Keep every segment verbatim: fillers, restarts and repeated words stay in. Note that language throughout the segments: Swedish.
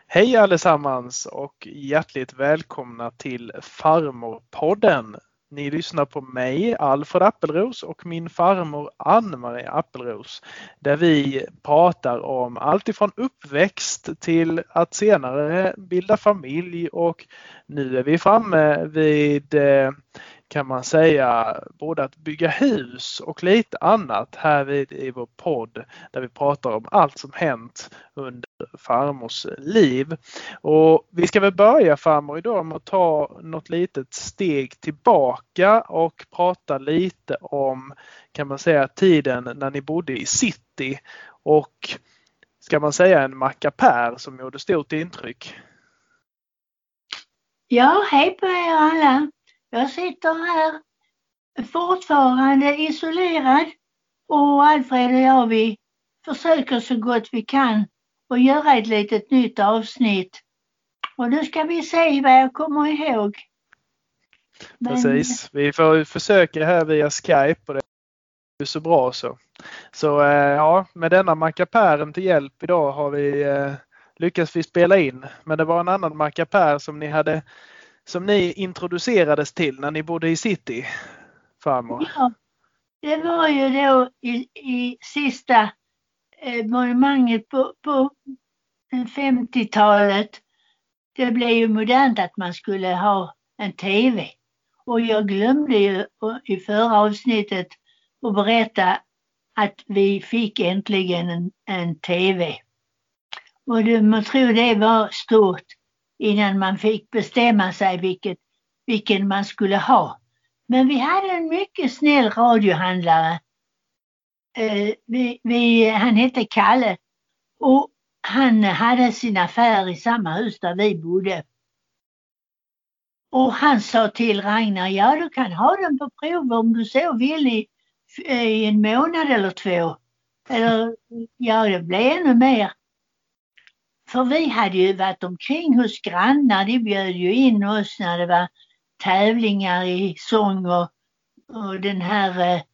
Hej allesammans och hjärtligt välkomna till Farmorpodden. Ni lyssnar på mig, Alfred Appelros, och min farmor Ann-Marie Appelros, där vi pratar om allt ifrån uppväxt till att senare bilda familj, och nu är vi framme vid, kan man säga, både att bygga hus och lite annat här vid i vår podd, där vi pratar om allt som hänt under farmors liv. Och vi ska väl börja, farmor, idag med att ta något litet steg tillbaka och prata lite om, kan man säga, tiden när ni bodde i city och, ska man säga, en mackapär som gjorde stort intryck. Ja, hej på er alla. Jag sitter här fortfarande isolerad och Alfred och jag, vi försöker så gott vi kan att göra ett litet nytt avsnitt. Och nu ska vi se vad jag kommer ihåg. Men... Precis, vi får försöka här via Skype och det är så bra så. Så ja, med denna mackapären till hjälp idag har vi eh, lyckats vi spela in. Men det var en annan mackapär som ni hade, som ni introducerades till när ni bodde i city, farmor. Ja, det var ju då i, i sista eh, monumentet på, på femtiotalet. Det blev ju modernt att man skulle ha en tv. Och jag glömde ju i förra avsnittet att berätta att vi fick äntligen en, en tv. Och det, man tror det var stort innan man fick bestämma sig vilket, vilken man skulle ha. Men vi hade en mycket snäll radiohandlare. Eh, vi, vi, han hette Kalle och han hade sin affär i samma hus där vi bodde. Och han sa till Ragnar, ja du kan ha den på prov om du så vill i, i en månad eller två. Eller ja, det blev ännu mer. För vi hade ju varit omkring hos grannar, de bjöd ju in oss när det var tävlingar i sång och, och den här eh,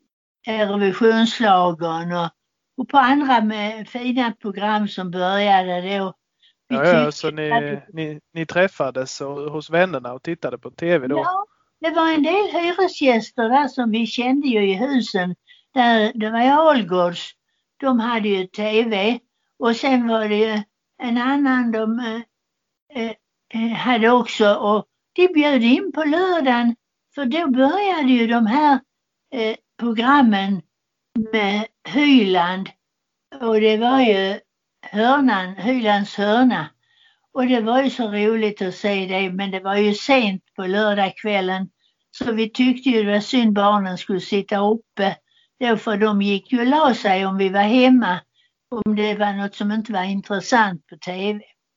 Eurovisionslagern och, och på andra med fina program som började då. Ja, ja, så ni, ni, ni träffades hos vännerna och tittade på tv då? Ja, det var en del hyresgäster där som vi kände ju i husen. Där, det var Algårds, de hade ju tv och sen var det ju en annan de eh, eh, hade också, och de bjöd in på lördagen för då började ju de här eh, programmen med Hyland och det var ju hörnan, Hylands hörna. Och det var ju så roligt att se det, men det var ju sent på lördagskvällen så vi tyckte ju det var synd barnen skulle sitta uppe. Då för de gick ju och la sig om vi var hemma, om det var något som inte var intressant på tv.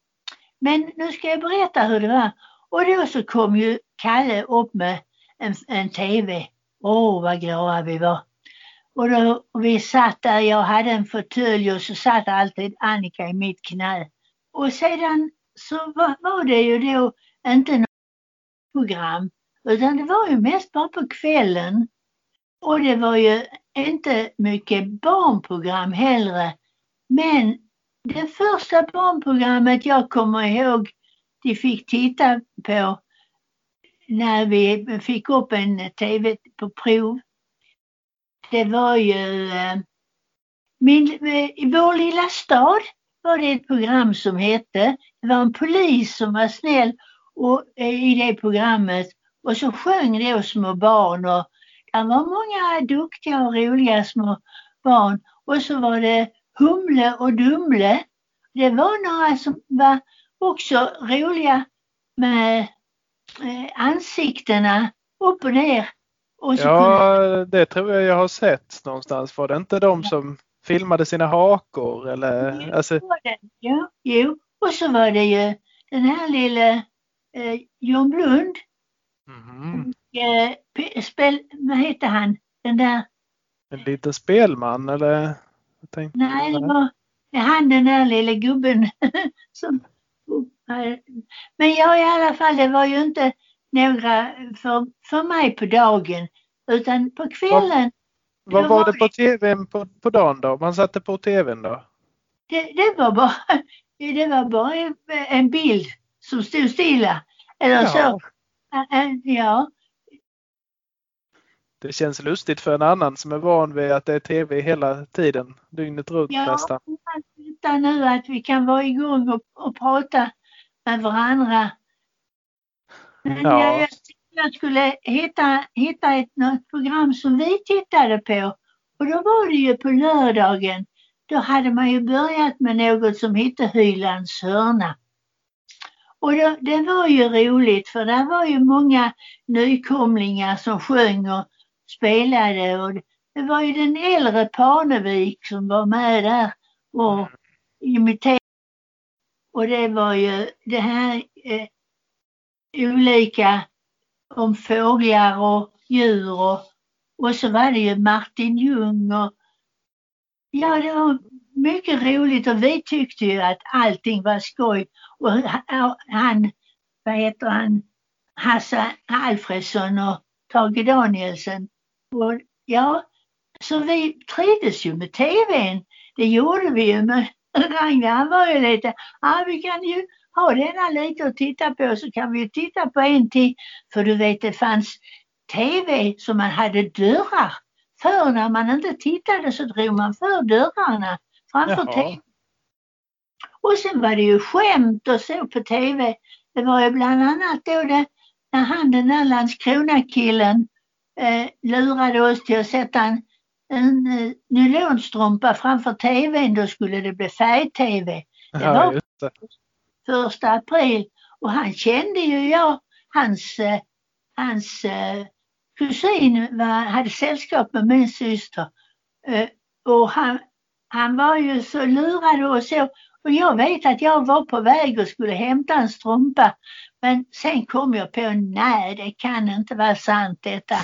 Men nu ska jag berätta hur det var. Och då så kom ju Kalle upp med en, en tv. Åh, vad glada vi var. Och då och vi satt där, jag hade en fåtölj och så satt alltid Annika i mitt knä. Och sedan så var, var det ju då inte något program, utan det var ju mest bara på kvällen. Och det var ju inte mycket barnprogram heller. Men det första barnprogrammet jag kommer ihåg de fick titta på när vi fick upp en tv på prov. Det var ju eh, min, i vår lilla stad var det ett program som hette, det var en polis som var snäll och, eh, i det programmet och så sjöng det små barn och det var många duktiga och roliga små barn och så var det Humle och Dumle. Det var några som var också roliga med eh, ansiktena upp och ner. Och så ja, kunde... det tror jag jag har sett någonstans. Var det inte de ja. som filmade sina hakor? Eller, jo, alltså... det, ja, jo, och så var det ju den här lilla eh, John Blund. Mm. Och, eh, spel, vad heter han? Den där... En liten spelman eller? Nej, det var han den där lilla gubben. som, men ja, i alla fall, det var ju inte några för, för mig på dagen, utan på kvällen. Vad, vad var det på tvn på, på dagen då? Man satte på tvn då? det, det var bara, det var bara en, en bild som stod stilla. Eller Ja. så. Ja. Det känns lustigt för en annan som är van vid att det är tv hela tiden, dygnet runt Ja, nästan. utan nu att vi kan vara igång och, och prata med varandra. Men Ja. jag, jag, jag skulle hitta, hitta ett något program som vi tittade på. Och då var det ju på lördagen. Då hade man ju börjat med något som hette Hylands hörna. Och då, det var ju roligt för där var ju många nykomlingar som sjöng och spelade. Och det var ju den äldre Parnevik som var med där och imiterade. Och det var ju det här eh, olika om fåglar och djur och, och så var det ju Martin Ljung och ja, det var mycket roligt och vi tyckte ju att allting var skoj. Och han, vad heter han, Hasse Alfredsson och Tage Danielsson. Och ja, så vi trivdes ju med tvn. Det gjorde vi ju med Ragnar. Han var ju lite, ja vi kan ju ha denna lite att titta på så kan vi ju titta på en till. För du vet det fanns tv som man hade dörrar. För när man inte tittade så drog man för dörrarna framför tv. Och sen var det ju skämt och så på tv. Det var ju bland annat då det, när han den där Landskrona-killen eh, lurade oss till att sätta en, en eh, nylonstrumpa framför tvn. Då skulle det bli färg-tv. Det Ja, var just det. första april. Och han kände ju jag, hans, eh, hans eh, kusin var, hade sällskap med min syster. Uh, och han, han var ju så lurad och så. Och jag vet att jag var på väg och skulle hämta en strumpa. Men sen kom jag på, nej det kan inte vara sant detta.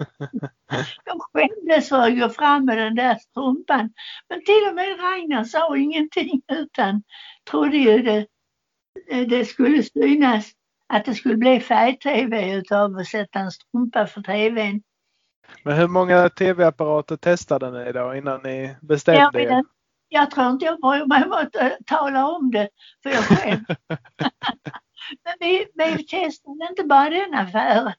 Jag skämdes för att gå fram med den där strumpan. Men till och med Ragnar sa ingenting utan trodde ju det, det skulle synas. Att det skulle bli färg-tv utav att sätta en strumpa för tvn. Men hur många tv-apparater testade ni då innan ni bestämde er? Jag, jag tror inte jag bryr mig om att uh, tala om det för jag själv. Men vi, vi testade inte bara den affären.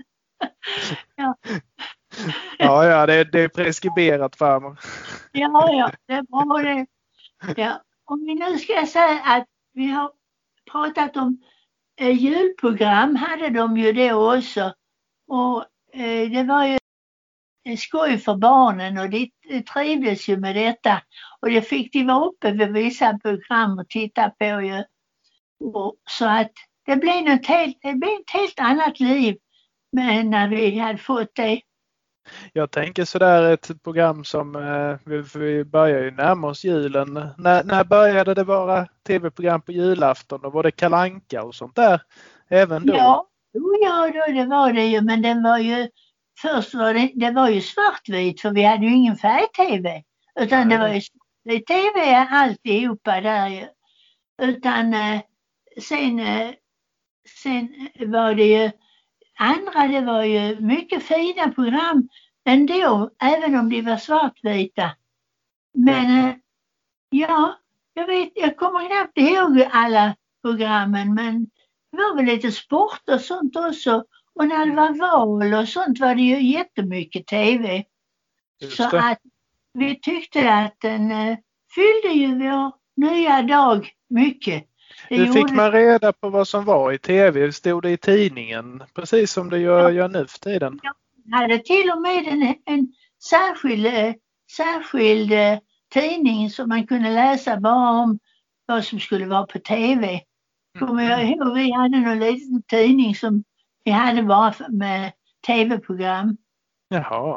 ja. ja, ja, det, det är preskriberat farmor. ja, ja, det är bra det. Ja. Om vi nu ska säga att vi har pratat om eh, julprogram hade de ju det också. Och eh, det var ju skoj för barnen och de trivdes ju med detta. Och det fick de vara uppe vid vissa program och titta på ju. Och så att det blev, något helt, det blev ett helt annat liv men när vi hade fått det. Jag tänker sådär ett program som, eh, vi, vi börjar ju närma oss julen. När, när började det vara tv-program på julafton? Och var det Kalle Anka och sånt där även då? Ja, ja då, det var det ju men den var ju först var det, det var ju svartvit för vi hade ju ingen färg-tv. Utan Nej. Det var ju svartvit tv alltihopa där ju. Utan eh, sen, eh, sen var det ju andra, det var ju mycket fina program ändå, även om de var svartvita. Men eh, ja, jag vet, jag kommer knappt ihåg alla programmen men det var väl lite sport och sånt också. Och när det var val och sånt var det ju jättemycket tv. Just så det. Att vi tyckte att den uh, fyllde ju vår nya dag mycket. Det Hur gjorde... fick man reda på vad som var i tv? Stod det i tidningen? Precis som det gör, ja. gör nu för tiden. Jag hade till och med en, en särskild, uh, särskild uh, tidning som man kunde läsa bara om vad som skulle vara på tv. Kommer mm. jag ihåg, vi hade någon liten tidning som vi hade bara med tv-program. Jaha.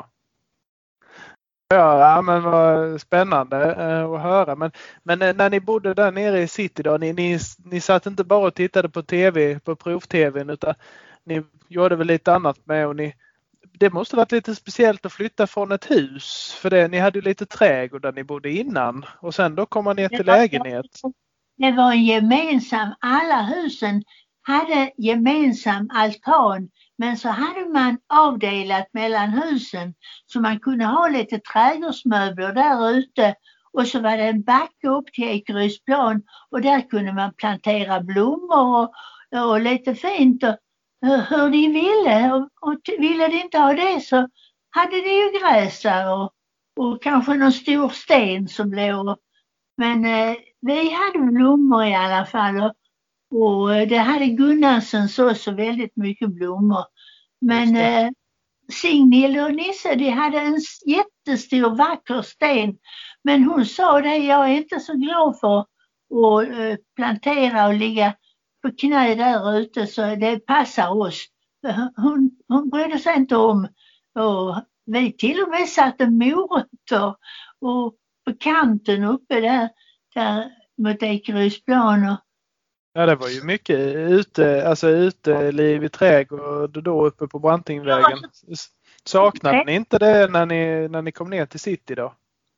Ja, men vad spännande eh, att höra. Men, men eh, när ni bodde där nere i city då, ni, ni, ni satt inte bara och tittade på tv, på prov-tvn, utan ni gjorde väl lite annat med och ni, det måste varit lite speciellt att flytta från ett hus. För det, ni hade ju lite trädgård där ni bodde innan och sen då kom man ner till lägenhet. Det var en gemensam, alla husen hade gemensam altan men så hade man avdelat mellan husen så man kunde ha lite trädgårdsmöbler där ute Och så var det en backe upp till Ekerydsplan och där kunde man plantera blommor och, och lite fint och hur, hur de ville. Och, och ville de inte ha det så hade de ju gräs där och, och kanske någon stor sten som låg. Men eh, vi hade blommor i alla fall och, och det hade Gunnarsens också väldigt mycket blommor. Men eh, Signil och Nisse, de hade en jättestor vacker sten. Men hon sa det, jag är inte så glad för att eh, plantera och ligga på knä där ute så det passar oss. Hon, hon brydde sig inte om. Och vi till och med satte morötter och på kanten uppe där, där mot Ekerydsplan. Ja, det var ju mycket ute, alltså ute liv i trädgård då uppe på Brantingvägen. Saknade ni inte det när ni, när ni kom ner till city då?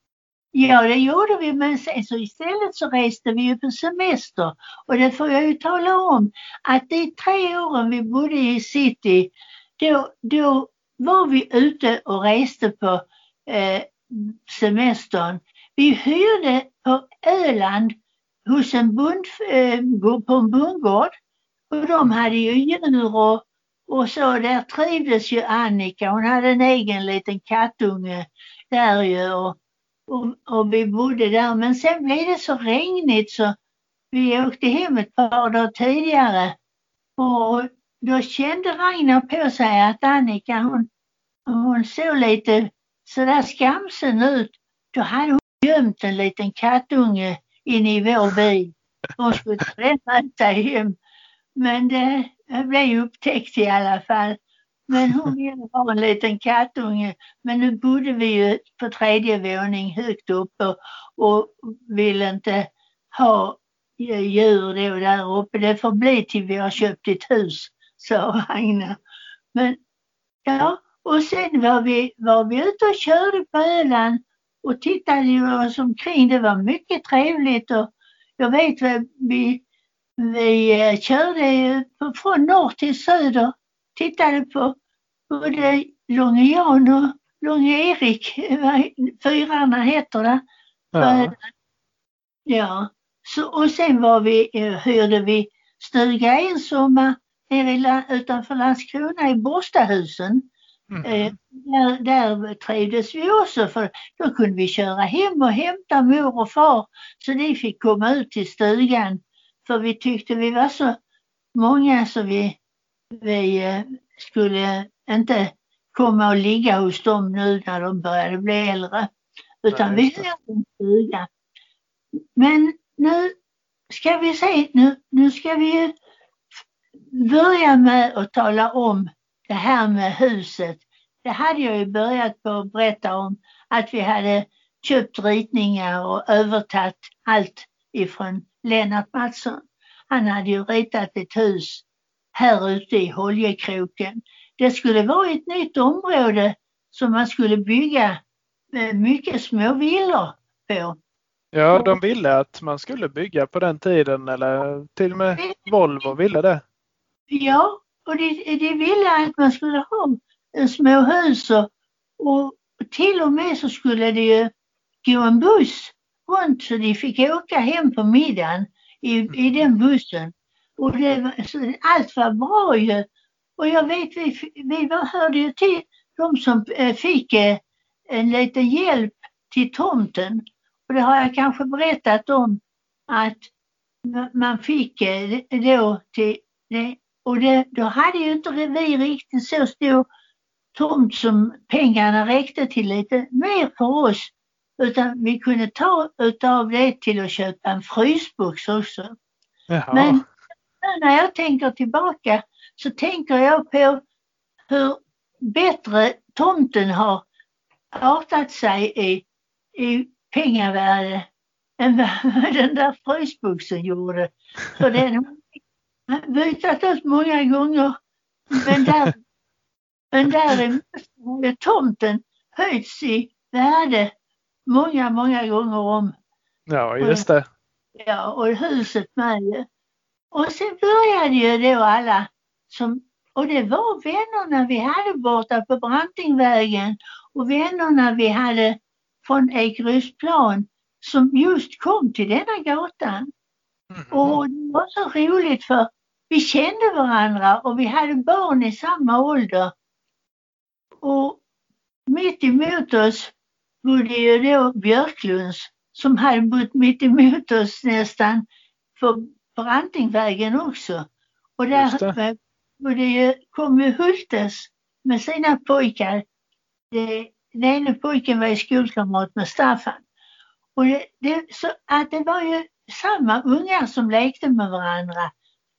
Ja, det gjorde vi, men sen så istället så reste vi ju på semester. Och det får jag ju tala om att de tre åren vi bodde i city, då, då var vi ute och reste på eh, semestern. Vi hyrde på Öland hos en bund, eh, på en bondgård och de hade ju djur och, och så där trivdes ju Annika. Hon hade en egen liten kattunge där ju och, och, och vi bodde där. Men sen blev det så regnigt så vi åkte hem ett par dagar tidigare och då kände Ragnar på sig att Annika hon, hon såg lite sådär skamsen ut. Då hade hon gömt en liten kattunge in i vår bil. Hon skulle träna sig hem. Men det blev ju upptäckt i alla fall. Men hon ville ha en liten kattunge. Men nu bodde vi ju på tredje våning högt uppe och, och ville inte ha djur då där uppe. Det får bli till vi har köpt ett hus, sa Ragnar. Men ja, och sen var vi, var vi ute och körde på Öland och tittade ju oss omkring. Det var mycket trevligt och jag vet att vi, vi körde från norr till söder. Tittade på både Långe Jan och Långe Erik. Fyrarna heter det. Ja. Ja. Så, och sen var vi, hyrde vi stuga en sommar nere utanför Landskrona i Borstahusen. Mm. Eh, där, där trivdes vi också för då kunde vi köra hem och hämta mor och far så de fick komma ut till stugan för vi tyckte vi var så många så vi, vi eh, skulle inte komma och ligga hos dem nu när de började bli äldre utan Nej, vi hade en stuga. Men nu ska vi se, nu, nu ska vi börja med att tala om det här med huset. Det hade jag ju börjat på att berätta om att vi hade köpt ritningar och övertagit allt ifrån Lennart Mattsson. Han hade ju ritat ett hus här ute i Holjekroken. Det skulle vara ett nytt område som man skulle bygga mycket små villor på. Ja, de ville att man skulle bygga på den tiden eller till och med Volvo ville det. Ja, och de, de ville att man skulle ha små hus och, och till och med så skulle det ju gå en buss runt så de fick åka hem på middagen i, i den bussen. Och det, så allt var bra ju. Och jag vet, vi, vi hörde ju till de som fick en liten hjälp till tomten. Och det har jag kanske berättat om att man fick då till det. Och det, då hade ju inte vi riktigt så stor tomt som pengarna räckte till lite mer för oss. Utan vi kunde ta utav det till att köpa en frysbox också. Jaha. Men när jag tänker tillbaka så tänker jag på hur bättre tomten har artat sig i, i pengavärde än vad den där frysboxen gjorde. För den har bytt ut många gånger. Men där, men där är tomten höjts i värde många, många gånger om. Ja, just det. Ja, och huset med. Och sen började ju då alla som, och det var vännerna vi hade borta på Brantingvägen och vännerna vi hade från Ekerydsplan. som just kom till denna gatan. Mhm. Och det var så roligt för vi kände varandra och vi hade barn i samma ålder. Och mitt emot oss bodde ju då Björklunds som hade bott mitt emot oss nästan för Brantingvägen också. Och Just där det. bodde ju, kom ju Hultes med sina pojkar. Det, den ena pojken var i skolkamrat med Staffan. Och det, det, så att det var ju samma ungar som lekte med varandra.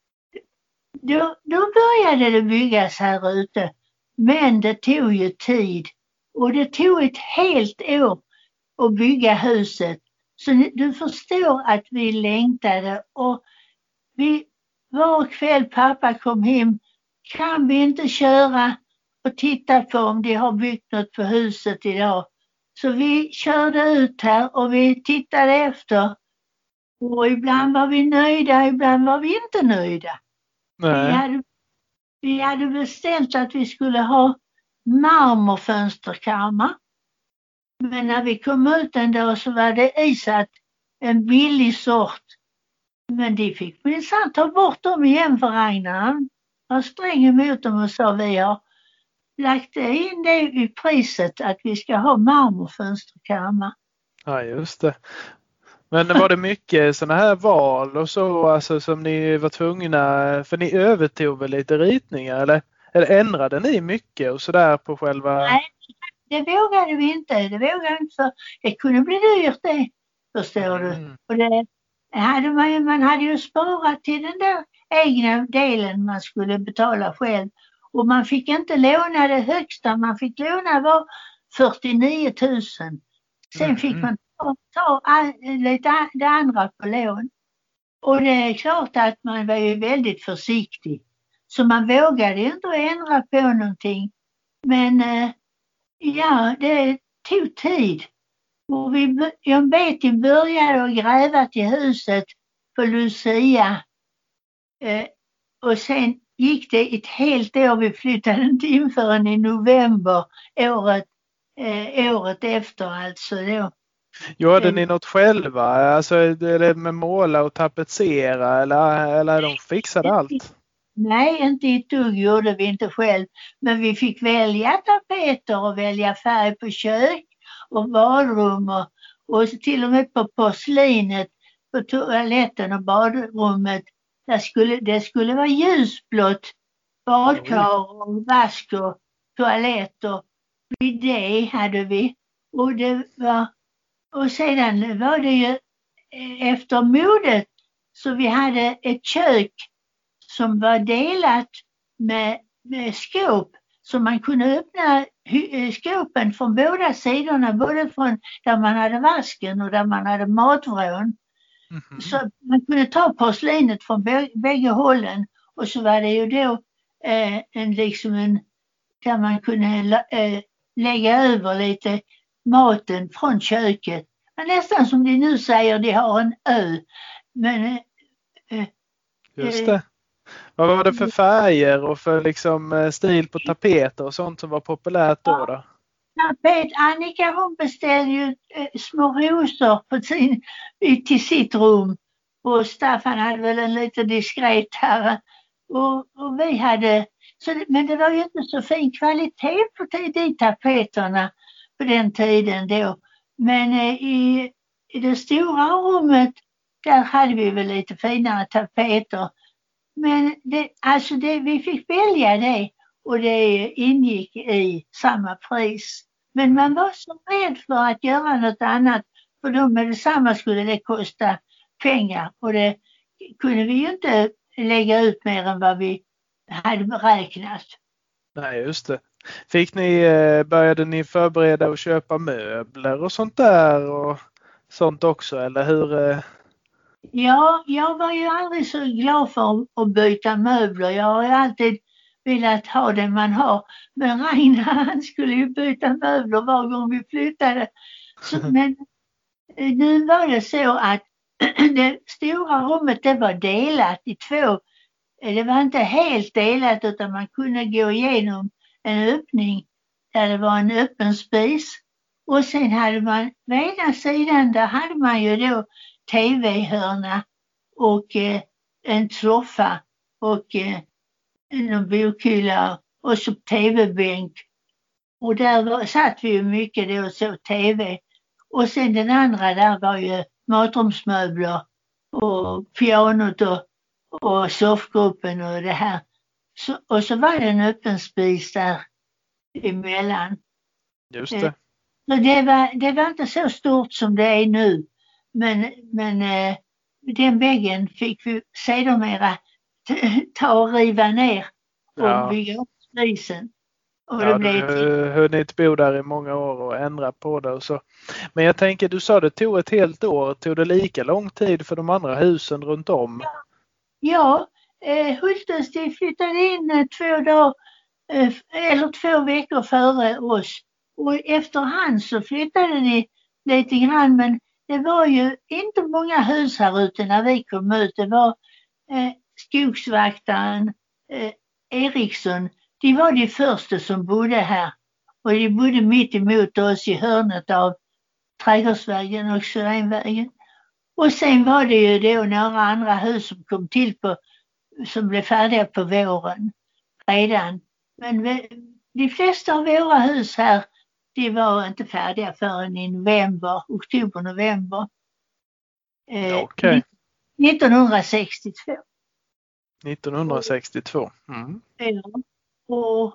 Då, då började det byggas här ute. Men det tog ju tid. Och det tog ett helt år att bygga huset. Så ni- du förstår att vi längtade. Och vi, var kväll pappa kom hem. Kan vi inte köra och titta på om de har byggt något på huset idag? Så vi körde ut här och vi tittade efter. Och ibland var vi nöjda, ibland var vi inte nöjda. Vi Nej. hade, vi hade beställt att vi skulle ha marmorfönsterkarmar. Men när vi kom ut en dag så var det isatt en billig sort. Men de fick minsann ta bort dem igen för Ragnar. var sträng emot dem och sa vi har lagt in det i priset att vi ska ha marmorfönsterkarmar. Ja, just det. Men var det mycket sådana här val och så alltså, som ni var tvungna, för ni övertog väl lite ritningar eller, eller ändrade ni mycket och sådär på själva... Nej, det vågade vi inte. Det vågade inte för det kunde bli dyrt det, förstår du. Mm. Och det hade man, ju, man hade ju sparat till den där egna delen man skulle betala själv. Och man fick inte låna det högsta, man fick låna var fyrtionio tusen. Sen fick Mm. man ta, ta all, lite a- det andra på lån. Och det är klart att man var ju väldigt försiktig. Så man vågade ju inte ändra på någonting. Men eh, ja, det tog tid. Och vi, b- jag vet vi började att gräva till huset på Lucia. Eh, och sen gick det ett helt år. Vi flyttade inte in förrän i november året, eh, året efter alltså då. Gjorde Mm. ni något själva? Alltså är det med måla och tapetsera eller, eller de fixade allt? Nej, inte ett dugg gjorde vi inte själv. Men vi fick välja tapeter och välja färg på kök och badrum och, och till och med på porslinet på toaletten och badrummet. Där skulle, det skulle vara ljusblått badkar och vask och toalett och det hade vi. Och det var, och sedan var det ju eh, efter modet så vi hade ett kök som var delat med, med skåp så man kunde öppna hy- eh, skåpen från båda sidorna, både från där man hade vasken och där man hade matvrån. Mhm. Så man kunde ta porslinet från bä- bägge hållen och så var det ju då eh, en liksom en där man kunde la- eh, lägga över lite maten från köket. Men nästan som de nu säger, de har en ö. Men eh, eh, Just det. Vad var det för färger och för liksom eh, stil på tapeter och sånt som var populärt då? då? tapet, Annika hon beställde ju eh, små rosor på sin, i- till sitt rum. Och Staffan hade väl en lite diskretare. Och, och vi hade, så, det- men det var ju inte så fin kvalitet på de, de tapeterna på den tiden då. Men eh, i, i det stora rummet där hade vi väl lite finare tapeter. Men det, alltså det, vi fick välja det och det ingick i samma pris. Men man var så rädd för att göra något annat för då med detsamma skulle det kosta pengar och det kunde vi ju inte lägga ut mer än vad vi hade beräknat. Nej, just det. Fick ni, eh, började ni förbereda och köpa möbler och sånt där och sånt också eller hur? eh? Ja, jag var ju aldrig så glad för att byta möbler. Jag har ju alltid velat ha det man har. Men Ragnar han skulle ju byta möbler var gång vi flyttade. Så, men eh, nu var det så att det stora rummet det var delat i två. Eh, Det var inte helt delat utan man kunde gå igenom en öppning där det var en öppen spis. Och sen hade man, på ena sidan där hade man ju då tv-hörna och eh, en soffa och eh, en bokhylla och så tv-bänk. Och där var, satt vi ju mycket då och såg tv. Och sen den andra där var ju matrumsmöbler och pianot och, och soffgruppen och det här. Så, och så var det en öppen spis där emellan. Just det. Så det var, det var inte så stort som det är nu. Men, men eh, den väggen fick vi sedermera ta och riva ner och Ja. bygga upp spisen. Och Ja, det du blev har hunnit bo där i många år och ändra på det och så. Men jag tänker, du sa det tog ett helt år. Tog det lika lång tid för de andra husen runt om? Ja, eh, Hultens de flyttade in eh, två dagar eh, eller två veckor före oss. Och efterhand så flyttade de lite grann, men det var ju inte många hus här ute när vi kom ut. Det var eh, skogsvaktaren eh, Eriksson. De var de första som bodde här. Och de bodde mitt emot oss i hörnet av Trädgårdsvägen och Syrenvägen. Och sen var det ju då några andra hus som kom till på, som blev färdiga på våren redan. Men vi, de flesta av våra hus här, de var inte färdiga förrän i november, oktober, november. Eh, Okej. nittonhundrasextiotvå. nittonhundrasextiotvå. Mm. Ja. Och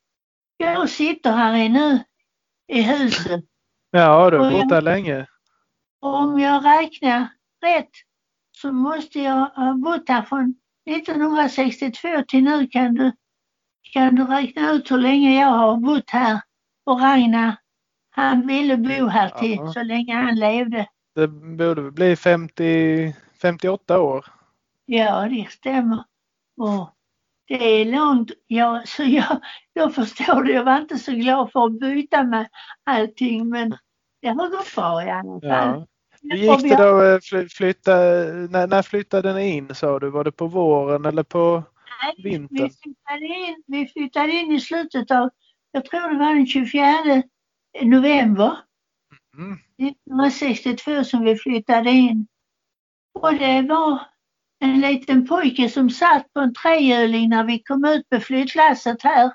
jag sitter här nu i huset. Ja, du har Och bott jag- där länge. Om jag räknar rätt så måste jag ha bott här från nittonhundrasextiotvå till nu. Kan du, kan du räkna ut hur länge jag har bott här? Och Ragnar, han ville bo här till Ja. så länge han levde. Det borde väl bli femtio, femtioåtta år. Ja, det stämmer. Och det är långt. Ja, så jag, jag förstår det. Jag var inte så glad för att byta med allting, men det har gått bra i alla fall. Ja. Hur gick det då? eh, fly- Flytta, när, när flyttade ni in, sa du? Var det på våren eller på Nej, vintern? vi flyttade in, vi flyttade in i slutet av, jag tror det var den tjugofjärde november Mm. nittonhundrasextiotvå som vi flyttade in. Och det var en liten pojke som satt på en trehjuling när vi kom ut på flyttlasset här.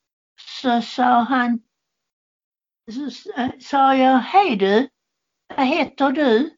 Så sa han, så s- sa jag, hej du, vad heter du?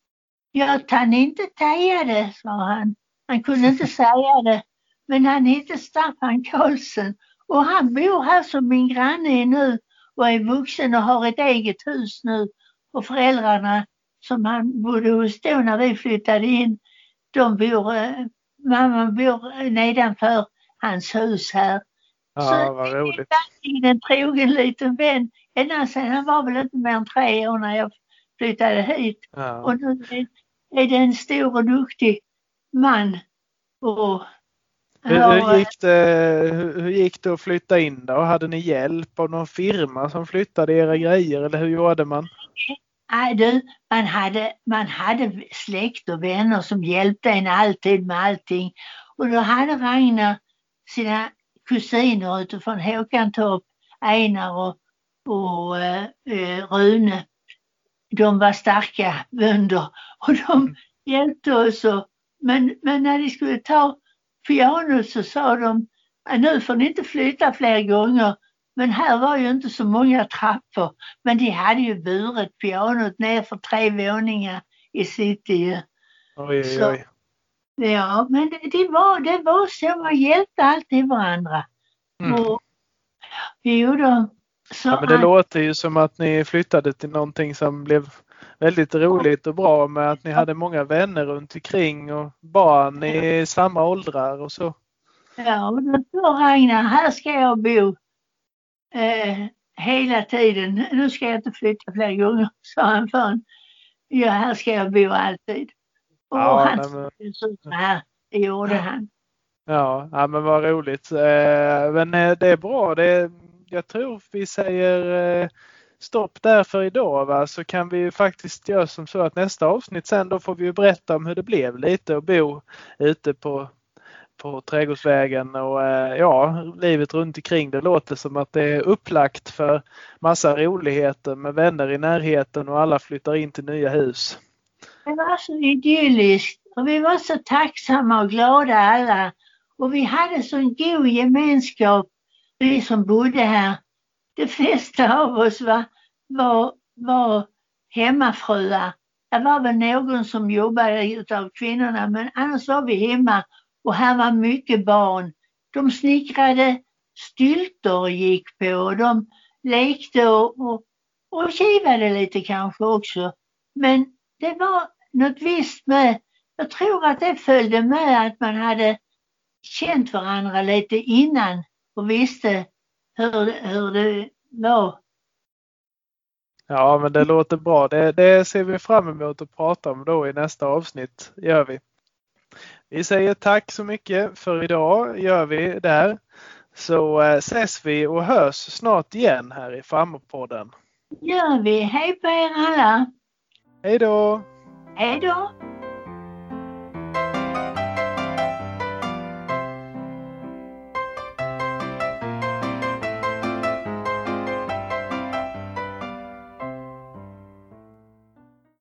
Jag kan inte säga det, sa han. Han kunde inte säga det. Men han hette Staffan Karlsson och han bor här som min granne nu och är vuxen och har ett eget hus nu. Och föräldrarna som han bodde hos då när vi flyttade in, de bor, eh, mamma bor nedanför hans hus här. Ja, Så vad det är roligt. verkligen en trogen liten vän. Ända sedan han var väl inte mer än tre år när jag flyttade hit. Ja. Och nu är, är det en stor och duktig man. Och Hur, har, hur, gick det, hur, hur gick det att flytta in då? Hade ni hjälp av någon firma som flyttade era grejer eller hur gjorde man? nej, du, man, hade, man hade släkt och vänner som hjälpte en alltid med allting. Och då hade Ragnar sina kusiner utifrån Håkantorp, Einar och, och eh, eh, Rune. De var starka bönder och de hjälpte oss. Och, men, men när de skulle ta pianot så sa de, nu får ni inte flytta fler gånger. Men här var ju inte så många trappor. Men de hade ju burit pianot ner för tre våningar i city. Oj, oj, Så- oj. Ja, men det, det, var, det var så, man hjälpte alltid varandra. Mm. Och, jo då, så Ja, men det att- låter ju som att ni flyttade till någonting som blev väldigt roligt och bra med att ni hade många vänner runt omkring och barn i samma åldrar och så. Ja, och då sa Ragnar, här ska jag bo eh, hela tiden. Nu ska jag inte flytta fler gånger, sa han förrän. Ja, här ska jag bo alltid. Och Ja, han nej, men- såg ut så här, det gjorde han. Ja, ja men vad roligt. Eh, Men eh, det är bra. Det är, jag tror vi säger eh, stopp där för idag, va? Så kan vi ju faktiskt göra som så att nästa avsnitt sen då får vi ju berätta om hur det blev lite och bo ute på, på Trädgårdsvägen och ja, livet runt omkring. Det låter som att det är upplagt för massa roligheter med vänner i närheten och alla flyttar in till nya hus. Det var så idylliskt och vi var så tacksamma och glada alla. Och vi hade så en god gemenskap, vi som bodde här. De flesta av oss var, var, var hemmafruar. Det var väl någon som jobbade av kvinnorna, men annars var vi hemma. Och här var mycket barn. De snickrade styltor och gick på. Och de lekte och, och, och kivade lite kanske också. Men det var något visst med, jag tror att det följde med att man hade känt varandra lite innan och visste hur, hur det var. Ja, men det låter bra. Det, det ser vi fram emot att prata om då i nästa avsnitt, gör vi. Vi säger tack så mycket för idag, gör vi där. Så äh, ses vi och hörs snart igen här i Farmorpodden. Gör vi. Hej på er alla. Hej då. Hej då.